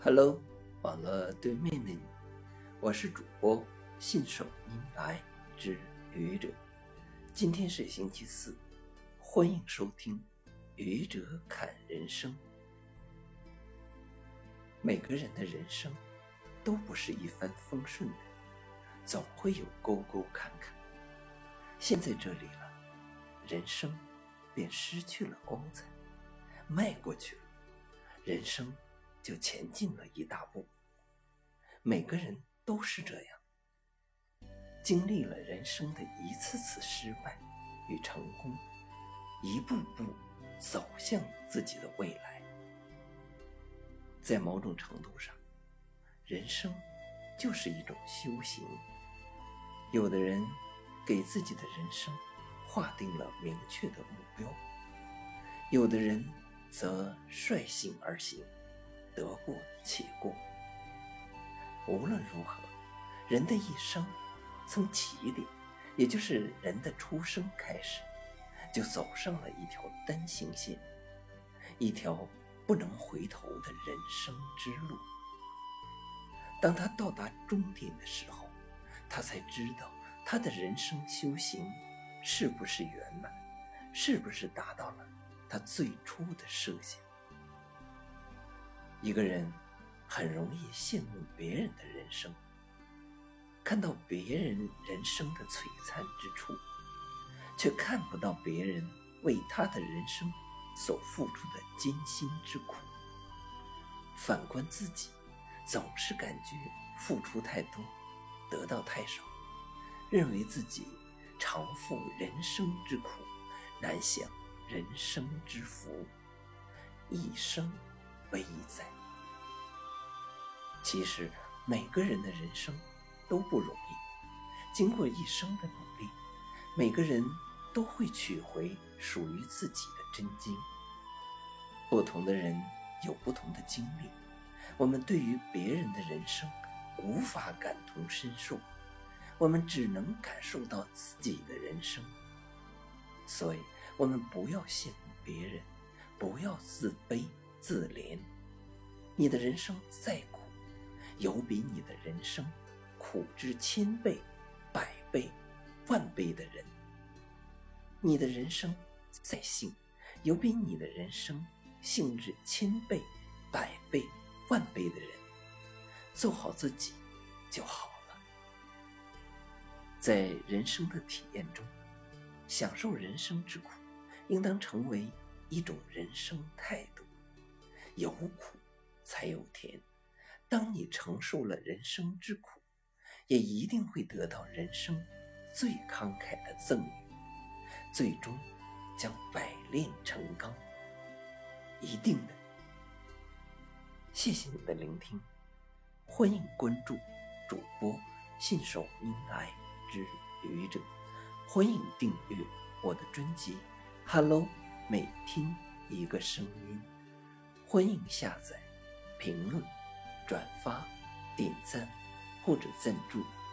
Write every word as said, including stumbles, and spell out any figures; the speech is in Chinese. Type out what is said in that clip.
Hello， 网络对面的你，我是主播信手拈来之愚者。今天是星期四，欢迎收听愚者侃人生。每个人的人生都不是一帆风顺的，总会有沟沟坎坎。现在这里了，人生便失去了光彩，迈过去了，人生就前进了一大步。每个人都是这样，经历了人生的一次次失败与成功，一步步走向自己的未来。在某种程度上，人生就是一种修行。有的人给自己的人生划定了明确的目标，有的人则率性而行，得过且过。无论如何，人的一生从起点，也就是人的出生开始，就走上了一条单行线，一条不能回头的人生之路。当他到达终点的时候，他才知道他的人生修行是不是圆满，是不是达到了他最初的设想。一个人很容易羡慕别人的人生，看到别人人生的璀璨之处，却看不到别人为他的人生所付出的艰辛之苦。反观自己，总是感觉付出太多，得到太少，认为自己常负人生之苦，难享人生之福，一生危哉。其实每个人的人生都不容易，经过一生的努力，每个人都会取回属于自己的真经。不同的人有不同的经历，我们对于别人的人生无法感同身受，我们只能感受到自己的人生。所以我们不要羡慕别人，不要自卑自怜。你的人生再苦，有比你的人生苦之千倍、百倍、万倍的人。你的人生再幸，有比你的人生幸至千倍、百倍、万倍的人。做好自己就好了。在人生的体验中，享受人生之苦，应当成为一种人生态度。有苦才有甜，当你承受了人生之苦，也一定会得到人生最慷慨的赠与，最终将百炼成钢，一定的。谢谢你的聆听，欢迎关注主播信手拈来之愚者，欢迎订阅我的专辑 Hello， 每听一个声音，欢迎下载、评论、转发、点赞或者赞助。